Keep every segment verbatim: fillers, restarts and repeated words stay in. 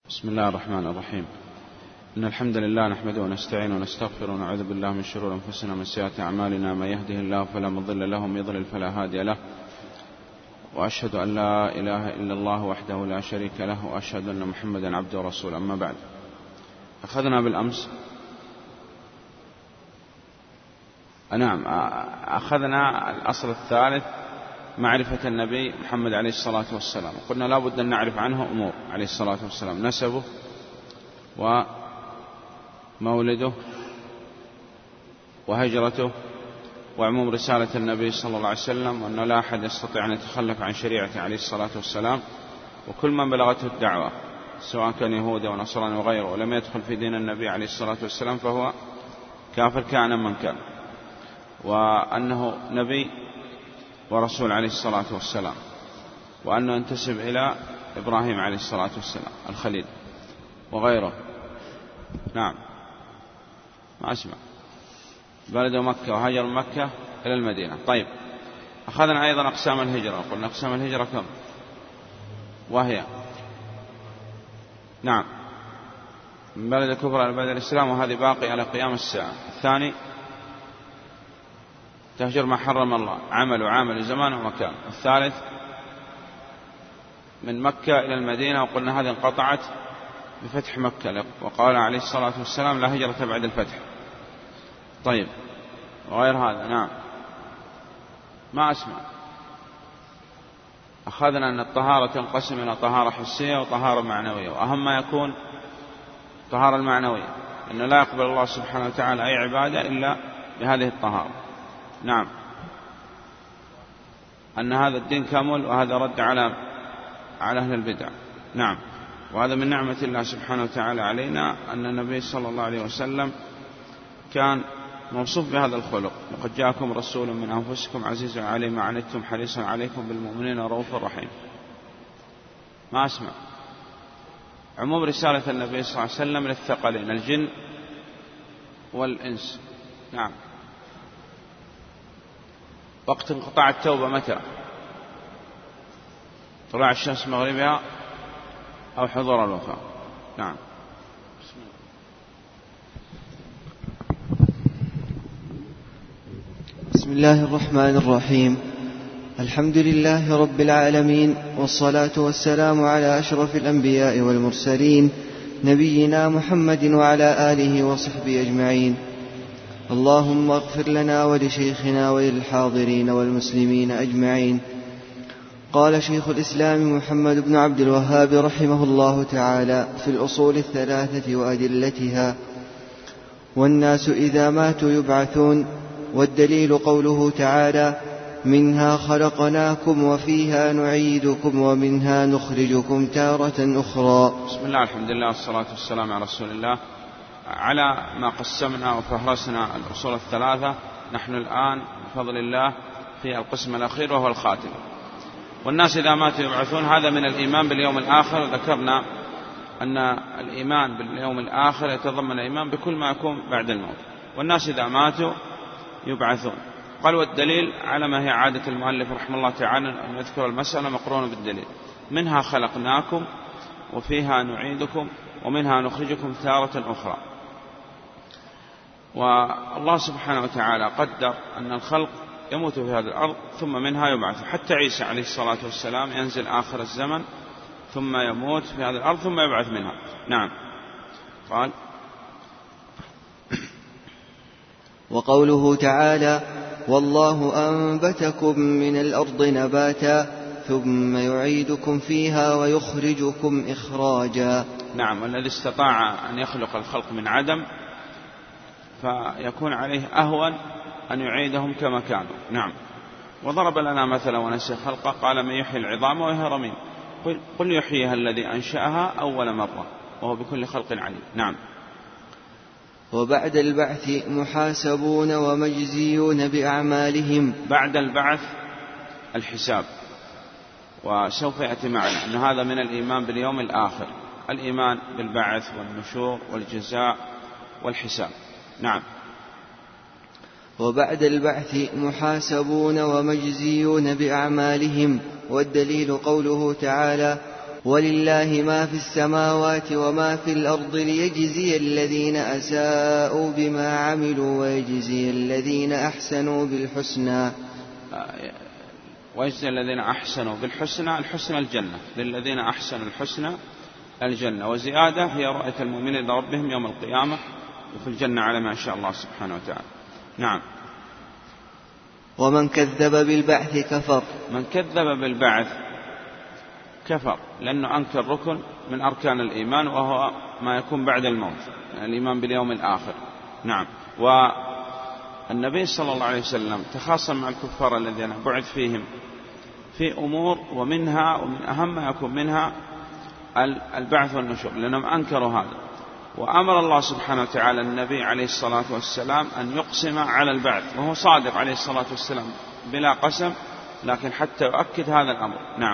بسم الله الرحمن الرحيم. إن الحمد لله نحمده ونستعينه ونستغفره ونعوذ بالله من شرور أنفسنا ومن سيئات أعمالنا. من يهده الله فلا مضل له ومن يضلل فلا هادي له، وأشهد أن لا إله إلا الله وحده لا شريك له، وأشهد أن محمدا عبده ورسوله. أما بعد، أخذنا بالأمس نعم أخذنا الأصل الثالث، معرفة النبي محمد عليه الصلاة والسلام. قلنا لا بد أن نعرف عنه أمور عليه الصلاة والسلام: نسبه ومولده وهجرته وعموم رسالة النبي صلى الله عليه وسلم، وأنه لا أحد يستطيع أن يتخلف عن شريعته عليه الصلاة والسلام، وكل من بلغته الدعوة سواء كان يهودي ونصراني وغيره ولم يدخل في دين النبي عليه الصلاة والسلام فهو كافر كان من كان، وأنه نبي ورسول عليه الصلاة والسلام، وأنه ينتسب إلى إبراهيم عليه الصلاة والسلام الخليل وغيره. نعم ما أسمع. بلد مكة وهاجر من مكة إلى المدينة. طيب، أخذنا أيضا أقسام الهجرة. قلنا أقسام الهجرة كم؟ وهي نعم من بلد الكفر إلى بلد الإسلام، وهذه باقي على قيام الساعة. الثاني تهجر ما حرم الله، عمل وعامل زمان ومكان. الثالث من مكة إلى المدينة، وقلنا هذه انقطعت بفتح مكة، وقال عليه الصلاة والسلام: لا هجرة بعد الفتح. طيب، وغير هذا نعم ما أسمع. أخذنا أن الطهارة تنقسم إلى طهارة حسية وطهارة معنوية، وأهم ما يكون طهارة المعنوية، أنه لا يقبل الله سبحانه وتعالى أي عبادة إلا بهذه الطهارة. نعم، أن هذا الدين كامل، وهذا رد على على أهل البدع. نعم، وهذا من نعمة الله سبحانه وتعالى علينا أن النبي صلى الله عليه وسلم كان موصوف بهذا الخلق: لقد جاءكم رسول من أنفسكم عزيز عليه ما عنتم حريص عليكم بالمؤمنين رؤوف رحيم. ما أسمع. عموم رسالة النبي صلى الله عليه وسلم للثقلين الجن والإنس. نعم. وقت انقطاع التوبة متى؟ طلوع الشمس مغربها أو حضور الوفاة. نعم. بسم الله الرحمن الرحيم. الحمد لله رب العالمين، والصلاة والسلام على أشرف الأنبياء والمرسلين، نبينا محمد وعلى آله وصحبه أجمعين. اللهم اغفر لنا ولشيخنا وللحاضرين والمسلمين أجمعين. قال شيخ الإسلام محمد بن عبد الوهاب رحمه الله تعالى في الأصول الثلاثة وأدلتها: والناس إذا ماتوا يبعثون. والدليل قوله تعالى: منها خلقناكم وفيها نعيدكم ومنها نخرجكم تارة أخرى. بسم الله، الحمد لله، والصلاة والسلام على رسول الله. على ما قسمنا وفهرسنا الأصول الثلاثة، نحن الآن بفضل الله في القسم الأخير وهو الخاتم. والناس إذا ماتوا يبعثون، هذا من الإيمان باليوم الآخر. ذكرنا أن الإيمان باليوم الآخر يتضمن الإيمان بكل ما يكون بعد الموت. والناس إذا ماتوا يبعثون. قال: والدليل على ما هي عادة المؤلف رحمه الله تعالى أن يذكر المسألة مقرونة بالدليل: منها خلقناكم وفيها نعيدكم ومنها نخرجكم تارة أخرى. والله سبحانه وتعالى قدر أن الخلق يموت في هذه الأرض ثم منها يبعث. حتى عيسى عليه الصلاة والسلام ينزل آخر الزمن ثم يموت في هذه الأرض ثم يبعث منها. نعم. قال: وقوله تعالى: والله أنبتكم من الأرض نباتا ثم يعيدكم فيها ويخرجكم إخراجا. نعم، والذي استطاع أن يخلق الخلق من عدم فيكون عليه أهون أن يعيدهم كما كانوا. نعم. وضرب لنا مثلا ونسي خلقه، قال: من يحيي العظام وهي رميم، قل, قل يحييها الذي أنشأها أول مرة وهو بكل خلق عليم. نعم. وبعد البعث محاسبون ومجزيون بأعمالهم. بعد البعث الحساب، وسوف يأتي معنا أن هذا من الإيمان باليوم الآخر، الإيمان بالبعث والنشور والجزاء والحساب. نعم. وبعد البعث محاسبون ومجزيون بأعمالهم. والدليل قوله تعالى: ولله ما في السماوات وما في الأرض ليجزي الذين أساءوا بما عملوا ويجزي الذين أحسنوا بالحسنى. ويجزي الذين أحسنوا بالحسنى، الحسنى الجنة، للذين أحسنوا الحسنى الجنة، وزيادة هي رؤية المؤمنين لربهم يوم القيامة وفي الجنة على ما شاء الله سبحانه وتعالى. نعم. ومن كذب بالبعث كفر. من كذب بالبعث كفر، لأنه أنكر ركن من أركان الإيمان وهو ما يكون بعد الموت، الإيمان باليوم الآخر. نعم. والنبي صلى الله عليه وسلم تخاصم مع الكفار الذين بعث فيهم في أمور، ومنها ومن أهم ما يكون منها البعث والنشور، لأنهم أنكروا هذا. وأمر الله سبحانه وتعالى النبي عليه الصلاة والسلام أن يقسم على البعث، وهو صادق عليه الصلاة والسلام بلا قسم، لكن حتى يؤكد هذا الأمر. نعم.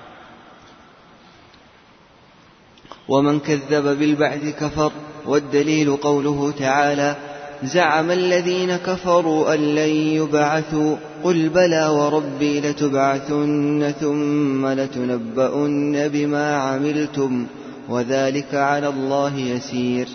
ومن كذب بالبعث كفر، والدليل قوله تعالى: زعم الذين كفروا أن لن يبعثوا قل بلى وربي لتبعثن ثم لتنبؤن بما عملتم وذلك على الله يسير.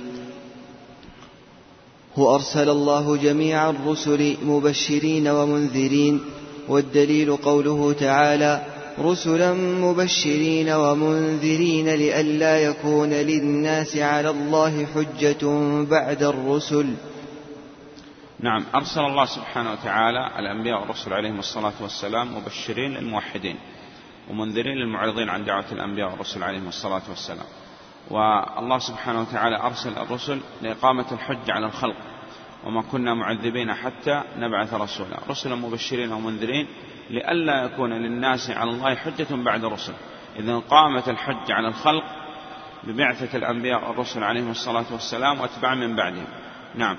هو أرسل الله جميع الرسل مبشرين ومنذرين، والدليل قوله تعالى: رسلا مبشرين ومنذرين لئلا يكون للناس على الله حجة بعد الرسل. نعم. أرسل الله سبحانه وتعالى الأنبياء والرسل عليهم الصلاة والسلام مبشرين للموحدين ومنذرين للمعرضين عن دعوة الأنبياء والرسل عليهم الصلاة والسلام. والله سبحانه وتعالى أرسل الرسل لإقامة الحج على الخلق، وما كنا معذبين حتى نبعث رسولا، رسلا مبشرين ومنذرين لئلا يكون للناس على الله حجة بعد الرسل. إذن قامت الحج على الخلق ببعثة الأنبياء والرسل عليهم الصلاة والسلام واتباع من بعدهم. نعم.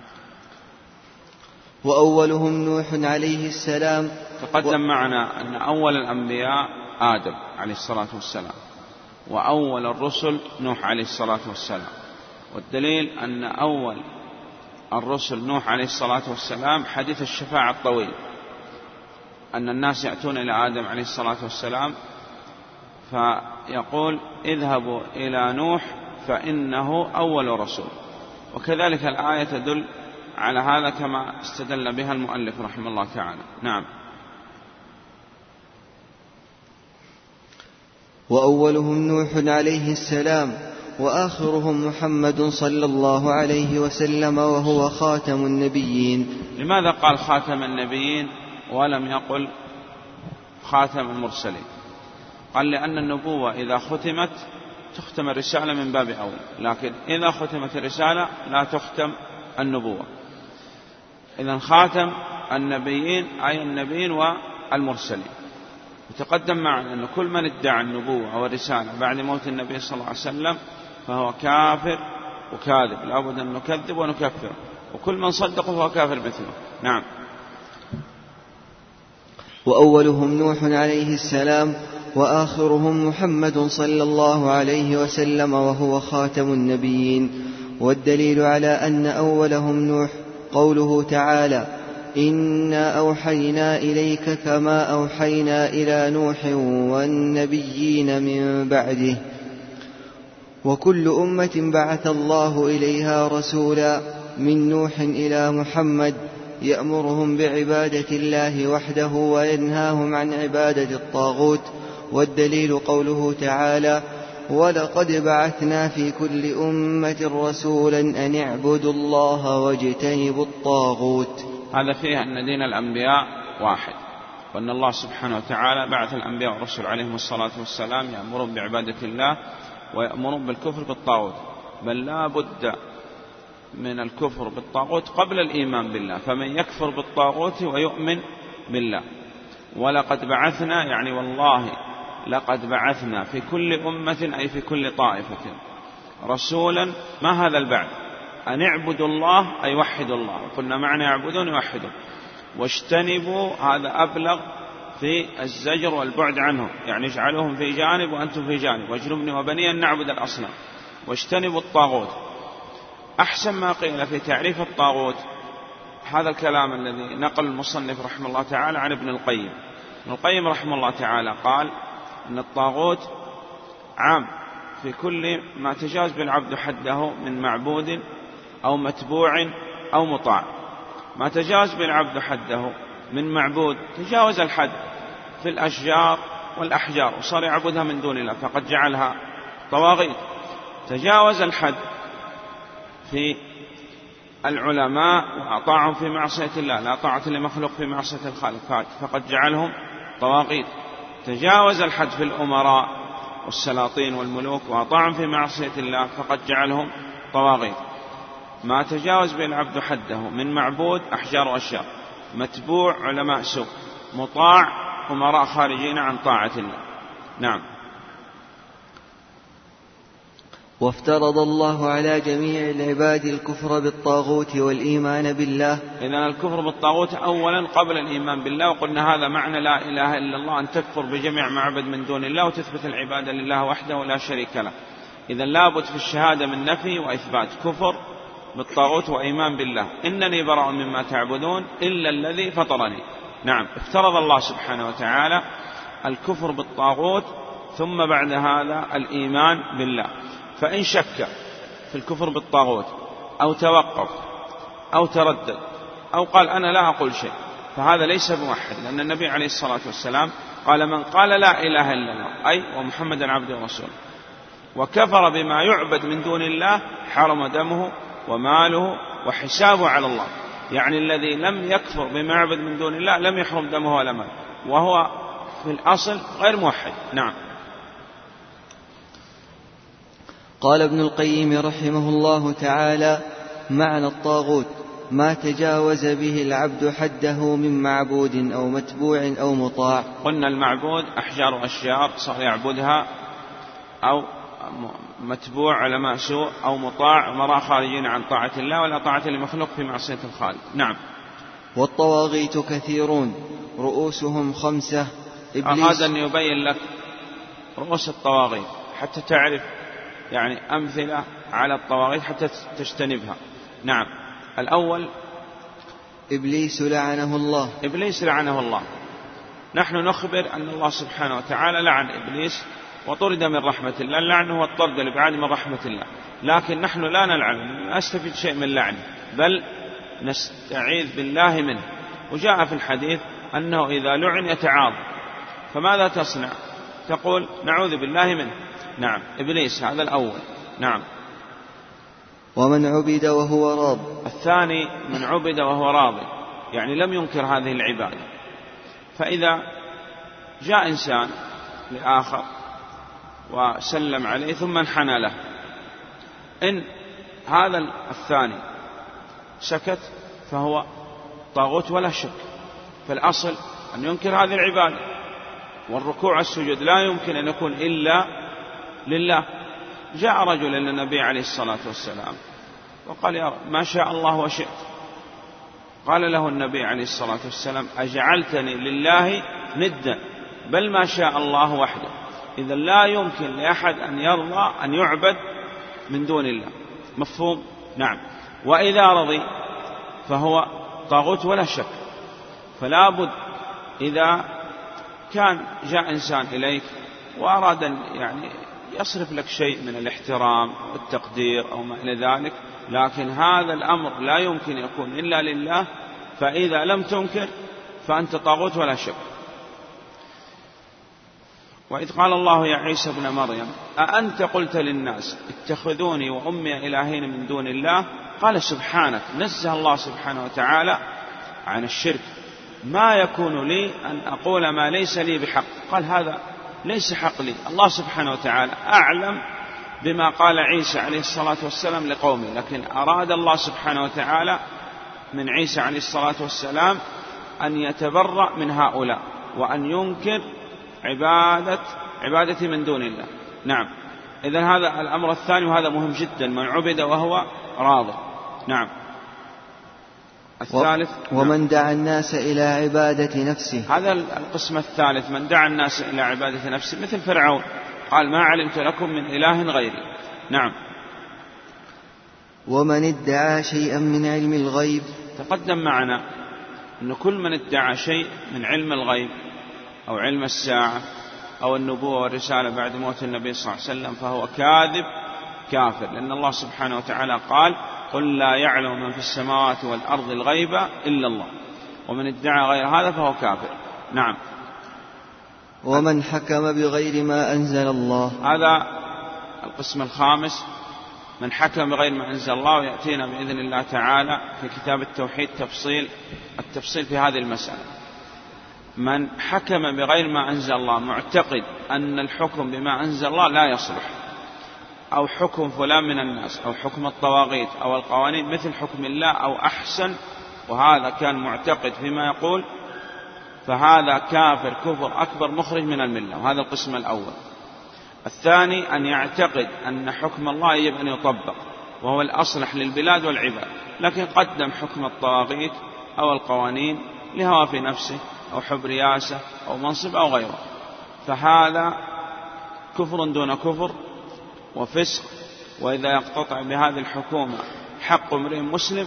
وأولهم نوح عليه السلام. تقدم و... معنا أن أول الأنبياء آدم عليه الصلاة والسلام، وأول الرسل نوح عليه الصلاة والسلام. والدليل أن أول الرسل نوح عليه الصلاة والسلام حديث الشفاعة الطويل، أن الناس يأتون إلى آدم عليه الصلاة والسلام فيقول: اذهبوا إلى نوح فإنه أول رسول. وكذلك الآية تدل على هذا كما استدل بها المؤلف رحمه الله تعالى. نعم. وأولهم نوح عليه السلام، وآخرهم محمد صلى الله عليه وسلم وهو خاتم النبيين. لماذا قال خاتم النبيين ولم يقل خاتم المرسلين؟ قال لأن النبوة إذا ختمت تختم الرسالة من باب أول، لكن إذا ختمت الرسالة لا تختم النبوة. إذن خاتم النبيين أي النبيين والمرسلين. وتقدم معنا أن كل من ادعى النبوة أو الرسالة بعد موت النبي صلى الله عليه وسلم فهو كافر وكاذب، لابد أن نكذب ونكفر، وكل من صدقه فهو كافر مثله. نعم. وأولهم نوح عليه السلام، وآخرهم محمد صلى الله عليه وسلم وهو خاتم النبيين. والدليل على أن أولهم نوح قوله تعالى: إنا أوحينا إليك كما أوحينا إلى نوح والنبيين من بعده. وكل أمة بعث الله إليها رسولا من نوح إلى محمد يأمرهم بعبادة الله وحده وينهاهم عن عبادة الطاغوت. والدليل قوله تعالى: ولقد بعثنا في كل أمة رسولا أن اعبدوا الله واجتنبوا الطاغوت. هذا فيه أن دين الأنبياء واحد، وأن الله سبحانه وتعالى بعث الأنبياء والرسل عليهم الصلاة والسلام يأمرون بعبادة الله ويأمرون بالكفر بالطاغوت، بل لا بد من الكفر بالطاغوت قبل الإيمان بالله، فمن يكفر بالطاغوت ويؤمن بالله. ولقد بعثنا يعني والله لقد بعثنا في كل أمة أي في كل طائفة رسولا. ما هذا البعث؟ أن اعبدوا الله أي وحدوا الله، قلنا معنى يعبدون يوحدون. واجتنبوا هذا أبلغ في الزجر والبعد عنه، يعني اجعلوهم في جانب وأنتم في جانب، واجنبني وبني أن نعبد الأصنام. واجتنبوا الطاغوت. أحسن ما قيل في تعريف الطاغوت هذا الكلام الذي نقل المصنف رحمه الله تعالى عن ابن القيم. ابن القيم رحمه الله تعالى قال إن الطاغوت عام في كل ما تجاوز بالعبد حده من معبود أو متبوع أو مطاع. ما تجاوز بالعبد حده من معبود تجاوز الحد في الأشجار والأحجار وصار يعبدها من دون الله فقد جعلها طواغيت. تجاوز الحد في العلماء وأطاعهم في معصية الله، لا طاعة لمخلوق في معصية الخالق فقد جعلهم طواغيت. تجاوز الحد في الأمراء والسلاطين والملوك وأطاعهم في معصية الله فقد جعلهم طواغيت. ما تجاوز به العبد حده من معبود أحجار وأشجار، متبوع علماء سوء، مطاع أمراء خارجين عن طاعة الله. نعم. وافترض الله على جميع العباد الكفر بالطاغوت والإيمان بالله. إذن الكفر بالطاغوت أولا قبل الإيمان بالله، وقلنا هذا معنى لا إله إلا الله، أن تكفر بجميع معبد من دون الله وتثبت العبادة لله وحده لا شريك له. إذن لابد في الشهادة من نفي وإثبات، كفر بالطاغوت وإيمان بالله، إنني براء مما تعبدون إلا الذي فطرني. نعم. افترض الله سبحانه وتعالى الكفر بالطاغوت ثم بعد هذا الإيمان بالله. فإن شك في الكفر بالطاغوت أو توقف أو تردد أو قال أنا لا أقول شيء فهذا ليس بموحد، لأن النبي عليه الصلاة والسلام قال من قال لا إله إلا الله أي ومحمد عبده ورسوله وكفر بما يعبد من دون الله حرم دمه وماله وحسابه على الله. يعني الذي لم يكفر بما يعبد من دون الله لم يحرم دمه ولا ماله، وهو في الأصل غير موحد. نعم. قال ابن القيم رحمه الله تعالى: معنى الطاغوت ما تجاوز به العبد حده من معبود أو متبوع أو مطاع. قلنا المعبود أحجار وأشجار صار يعبدها، أو متبوع علماء سوء، أو مطاع أمراء خارجين عن طاعة الله ولا طاعة لمخلوق في معصية الخالق. نعم. والطواغيت كثيرون رؤوسهم خمسة. أراد أن يبين لك رؤوس الطواغيت حتى تعرف يعني أمثلة على الطواغيت حتى تجتنبها. نعم. الأول إبليس لعنه الله. إبليس لعنه الله. نحن نخبر أن الله سبحانه وتعالى لعن إبليس وطرد من رحمة الله. اللعن هو الطرد الإبعاد من رحمة الله، لكن نحن لا نلعنه، لا نستفيد شيء من لعنه، بل نستعيذ بالله منه. وجاء في الحديث أنه إذا لعن يتعاظم، فماذا تصنع؟ تقول نعوذ بالله منه. نعم. إبليس هذا الأول. نعم. ومن عبد وهو راض. الثاني من عبد وهو راض، يعني لم ينكر هذه العبادة. فإذا جاء إنسان لآخر وسلم عليه ثم انحنى له، إن هذا الثاني سكت فهو طاغوت ولا شك. فالأصل أن ينكر هذه العبادة، والركوع والسجود لا يمكن أن يكون إلا لله. جاء رجل إلى النبي عليه الصلاة والسلام وقال يا رب ما شاء الله وشئت. قال له النبي عليه الصلاة والسلام أجعلتني لله ندا، بل ما شاء الله وحده. إذا لا يمكن لأحد أن يرضى أن يعبد من دون الله. مفهوم؟ نعم. وإذا رضي فهو طاغوت ولا شك. فلا بد إذا كان جاء إنسان إليك وأراد أن يعني يصرف لك شيء من الاحترام والتقدير أو ما إلى ذلك، لكن هذا الأمر لا يمكن يكون إلا لله، فإذا لم تنكر فأنت طاغوت ولا شك. وإذ قال الله يا عيسى ابن مريم أأنت قلت للناس اتخذوني وأمي إلهين من دون الله؟ قال سبحانك، نزه الله سبحانه وتعالى عن الشرك، ما يكون لي أن أقول ما ليس لي بحق. قال هذا ليس حق لي، الله سبحانه وتعالى أعلم بما قال عيسى عليه الصلاة والسلام لقومه، لكن أراد الله سبحانه وتعالى من عيسى عليه الصلاة والسلام أن يتبرأ من هؤلاء وأن ينكر عبادة عبادة من دون الله. نعم. إذن هذا الأمر الثاني، وهذا مهم جدا، من عبد وهو راض. نعم. الثالث ومن دعا الناس إلى عبادة نفسه. هذا القسم الثالث، من دعا الناس إلى عبادة نفسه، مثل فرعون قال ما علمت لكم من إله غيري. نعم. ومن ادعى شيئا من علم الغيب. تقدم معنا أن كل من ادعى شيء من علم الغيب أو علم الساعة أو النبوة والرسالة بعد موت النبي صلى الله عليه وسلم فهو كاذب كافر، لأن الله سبحانه وتعالى قال قل لا يعلم من في السماوات والأرض الغيب إلا الله، ومن ادعى غير هذا فهو كافر. نعم. ومن حكم بغير ما أنزل الله، هذا القسم الخامس، من حكم بغير ما أنزل الله، ويأتينا بإذن الله تعالى في كتاب التوحيد تفصيل التفصيل في هذه المسألة. من حكم بغير ما أنزل الله معتقد أن الحكم بما أنزل الله لا يصلح، أو حكم فلان من الناس، أو حكم الطواغيت أو القوانين مثل حكم الله أو أحسن، وهذا كان معتقد فيما يقول، فهذا كافر كفر أكبر مخرج من الملة، وهذا القسم الأول. الثاني أن يعتقد أن حكم الله يجب أن يطبق وهو الأصلح للبلاد والعباد، لكن قدم حكم الطواغيت أو القوانين لهوى في نفسه أو حب رياسة أو منصب أو غيره، فهذا كفر دون كفر وفسق. وإذا يقتطع بهذه الحكومة حق امرئ مسلم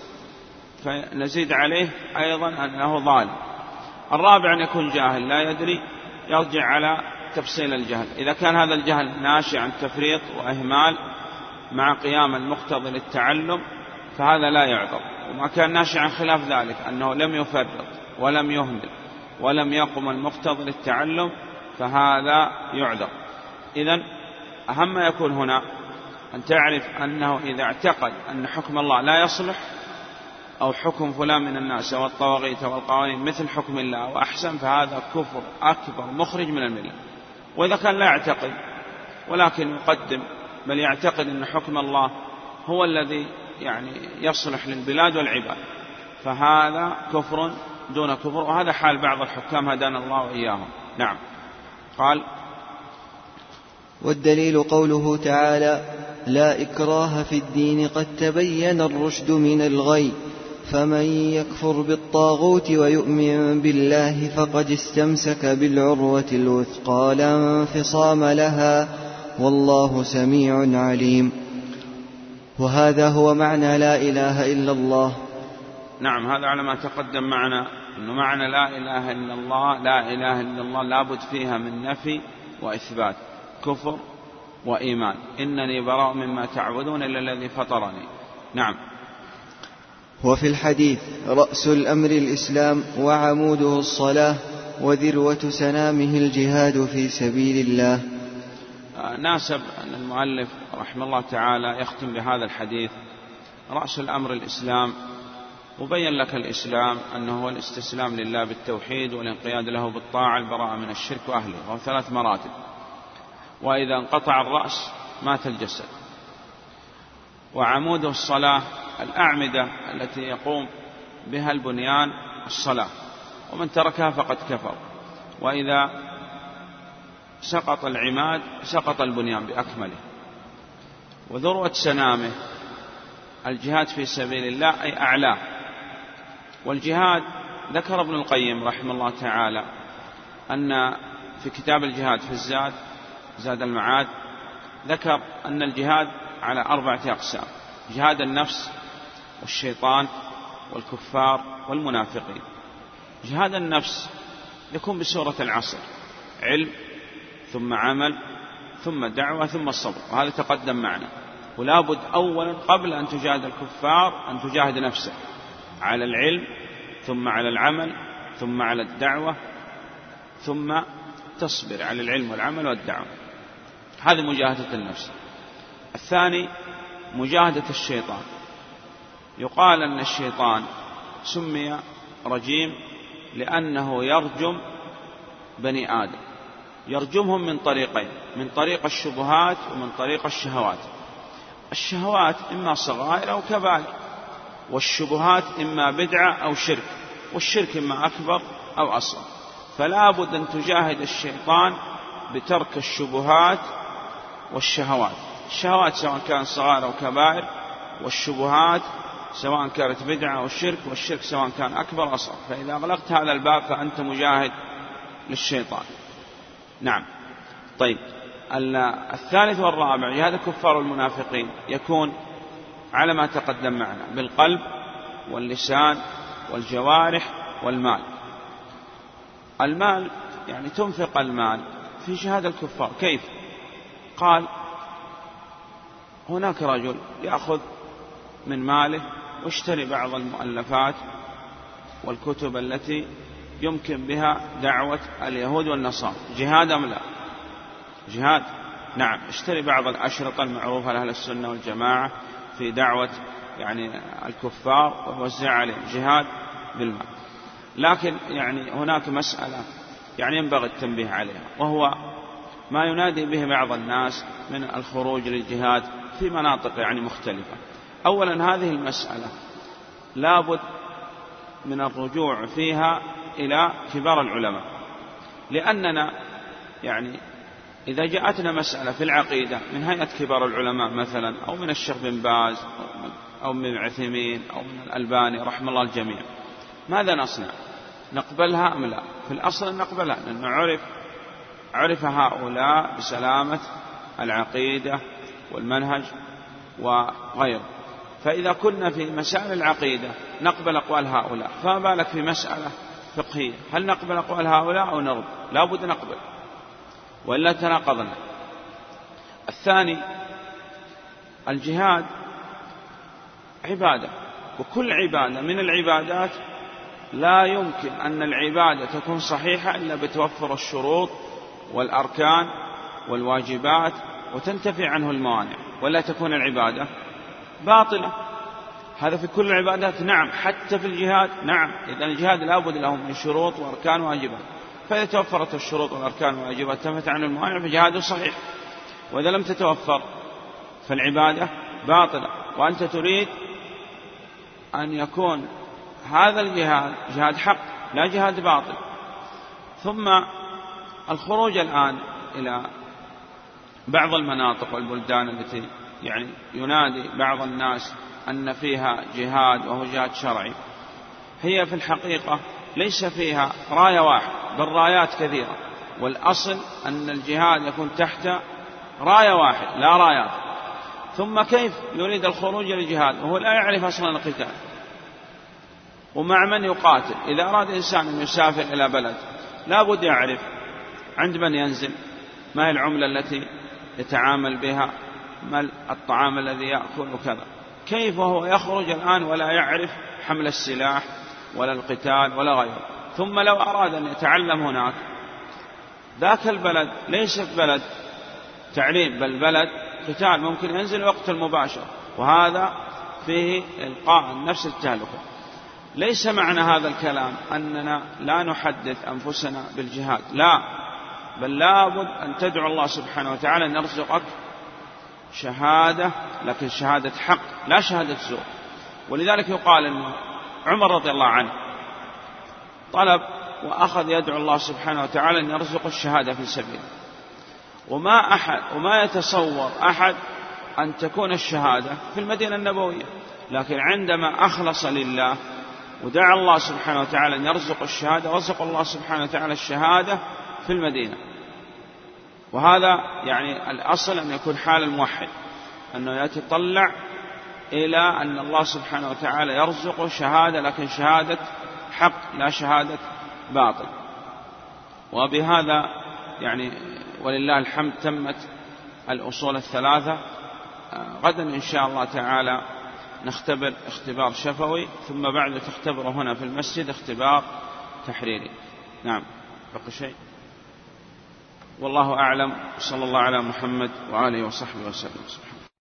فنزيد عليه أيضا أنه ظالم. الرابع أن يكون جاهل لا يدري، يرجع على تفصيل الجهل. إذا كان هذا الجهل ناشئ عن تفريط وإهمال مع قيام المقتضي للتعلم فهذا لا يعذر، وما كان ناشئ عن خلاف ذلك أنه لم يفرط ولم يهمل ولم يقم المقتضي للتعلم فهذا يعذر. إذن أهم ما يكون هنا أن تعرف أنه إذا اعتقد أن حكم الله لا يصلح، أو حكم فلان من الناس أو الطواغيت أو القوانين مثل حكم الله وأحسن، فهذا كفر أكبر مخرج من الملة. وإذا كان لا يعتقد ولكن يقدم بل يعتقد أن حكم الله هو الذي يعني يصلح للبلاد والعباد فهذا كفر دون كفر، وهذا حال بعض الحكام هدانا الله وإياهم. نعم. قال والدليل قوله تعالى لا إكراه في الدين قد تبين الرشد من الغي، فمن يكفر بالطاغوت ويؤمن بالله فقد استمسك بالعروة الوثقى لا انفصام لها والله سميع عليم. وهذا هو معنى لا إله إلا الله. نعم، هذا على ما تقدم معنا أنه معنى لا إله إلا الله، لا إله إلا الله لابد فيها من نفي وإثبات، كفر وإيمان. إنني براء مما تعبدون إلا الذي فطرني. نعم. وفي الحديث رأس الأمر الإسلام وعموده الصلاة وذروة سنامه الجهاد في سبيل الله. ناسب أن المؤلف رحمه الله تعالى يختم بهذا الحديث رأس الأمر الإسلام، وبين لك الإسلام أنه هو الاستسلام لله بالتوحيد والانقياد له بالطاعة، البراءة من الشرك وأهله، وهو ثلاث مراتب. وإذا انقطع الرأس مات الجسد. وعموده الصلاة، الأعمدة التي يقوم بها البنيان الصلاة، ومن تركها فقد كفر. وإذا سقط العماد سقط البنيان بأكمله. وذروة سنامه الجهاد في سبيل الله أي أعلاه. والجهاد ذكر ابن القيم رحمه الله تعالى أن في كتاب الجهاد في الزاد زاد المعاد ذكر أن الجهاد على أربعة أقسام: جهاد النفس والشيطان والكفار والمنافقين. جهاد النفس يكون بسورة العصر، علم ثم عمل ثم دعوة ثم الصبر، وهذا تقدم معنا. ولا بد أولا قبل أن تجاهد الكفار أن تجاهد نفسك على العلم ثم على العمل ثم على الدعوة ثم تصبر على العلم والعمل والدعوة. هذه مجاهدة النفس. الثاني مجاهدة الشيطان. يقال أن الشيطان سمي رجيم لأنه يرجم بني آدم، يرجمهم من طريقين: من طريق الشبهات ومن طريق الشهوات. الشهوات إما صغائر أو كبائر، والشبهات إما بدعة أو شرك، والشرك إما أكبر أو أصغر. فلا بد أن تجاهد الشيطان بترك الشبهات والشهوات. الشهوات سواء كان صغائر أو كبائر، والشبهات سواء كانت بدعة أو شرك، والشرك سواء كان أكبر أو أصغر. فإذا أغلقت هذا الباب فأنت مجاهد للشيطان. نعم. طيب، الثالث والرابع جهاد الكفار والمنافقين يكون على ما تقدم معنا بالقلب واللسان والجوارح والمال. المال يعني تنفق المال في جهاد الكفار. كيف؟ قال هناك رجل يأخذ من ماله واشتري بعض المؤلفات والكتب التي يمكن بها دعوة اليهود والنصارى. جهاد أم لا؟ جهاد. نعم، اشتري بعض الأشرطة المعروفة لأهل السنة والجماعة في دعوة يعني الكفار ووزع عليهم. جهاد بالمال. لكن يعني هناك مسألة يعني ينبغي التنبيه عليها، وهو ما ينادي به بعض الناس من الخروج للجهاد في مناطق يعني مختلفة. أولا هذه المسألة لابد من الرجوع فيها إلى كبار العلماء، لأننا يعني إذا جاءتنا مسألة في العقيدة من هيئة كبار العلماء مثلا، أو من الشيخ بن باز أو من العثيمين أو من الألباني رحم الله الجميع، ماذا نصنع؟ نقبلها أم لا؟ في الأصل نقبلها، لأنه عرف عرف هؤلاء بسلامة العقيدة والمنهج وغيره. فإذا كنا في مسائل العقيدة نقبل أقوال هؤلاء، فما بالك في مسألة فقهية؟ هل نقبل أقوال هؤلاء أو نرد؟ لا بد نقبل، وإلا تناقضنا. الثاني، الجهاد عبادة، وكل عبادة من العبادات لا يمكن أن العبادة تكون صحيحة إلا بتوفر الشروط والأركان والواجبات وتنتفي عنه الموانع، ولا تكون العبادة باطلة. هذا في كل العبادات. نعم، حتى في الجهاد. نعم، إذا الجهاد لابد له من شروط وأركان وواجبات، فإذا توفرت الشروط والأركان والواجبات تنتفي عنه الموانع فجهاده صحيح، وإذا لم تتوفر فالعبادة باطلة. وأنت تريد أن يكون هذا الجهاد جهاد حق لا جهاد باطل. ثم الخروج الآن إلى بعض المناطق والبلدان التي يعني ينادي بعض الناس أن فيها جهاد وهو جهاد شرعي، هي في الحقيقة ليس فيها راية واحد، بل رايات كثيرة، والأصل أن الجهاد يكون تحت راية واحد لا رايات. ثم كيف يريد الخروج للجهاد وهو لا يعرف أصلا القتال؟ ومع من يقاتل؟ إذا أراد إنسان أن يسافر إلى بلد لا بد يعرف عند من ينزل، ما هي العملة التي يتعامل بها، ما الطعام الذي يأكل وكذا. كيف وهو يخرج الآن ولا يعرف حمل السلاح ولا القتال ولا غيره؟ ثم لو أراد أن يتعلم هناك، ذاك البلد ليس بلد تعليم بل بلد قتال، ممكن ينزل وقت المباشر، وهذا فيه إلقاء النفس التهلكة. ليس معنى هذا الكلام أننا لا نحدث أنفسنا بالجهاد، لا، بل لابد أن تدعو الله سبحانه وتعالى أن يرزقك شهادة، لكن شهادة حق لا شهادة زور. ولذلك يقال أن عمر رضي الله عنه طلب وأخذ يدعو الله سبحانه وتعالى أن يرزق الشهادة في سبيله، وما أحد وما يتصور أحد أن تكون الشهادة في المدينة النبوية، لكن عندما أخلص لله ودعا الله سبحانه وتعالى أن يرزق الشهادة، رزق الله سبحانه وتعالى الشهادة في المدينة. وهذا يعني الأصل أن يكون حال الموحد، أنه يتطلع إلى أن الله سبحانه وتعالى يرزق شهادة، لكن شهادة حق لا شهادة باطل. وبهذا يعني ولله الحمد تمت الأصول الثلاثة. غدا إن شاء الله تعالى نختبر اختبار شفوي، ثم بعد تختبر هنا في المسجد اختبار تحريري. نعم، بقي شيء؟ والله أعلم. صلى الله على محمد وآله وصحبه وسلم.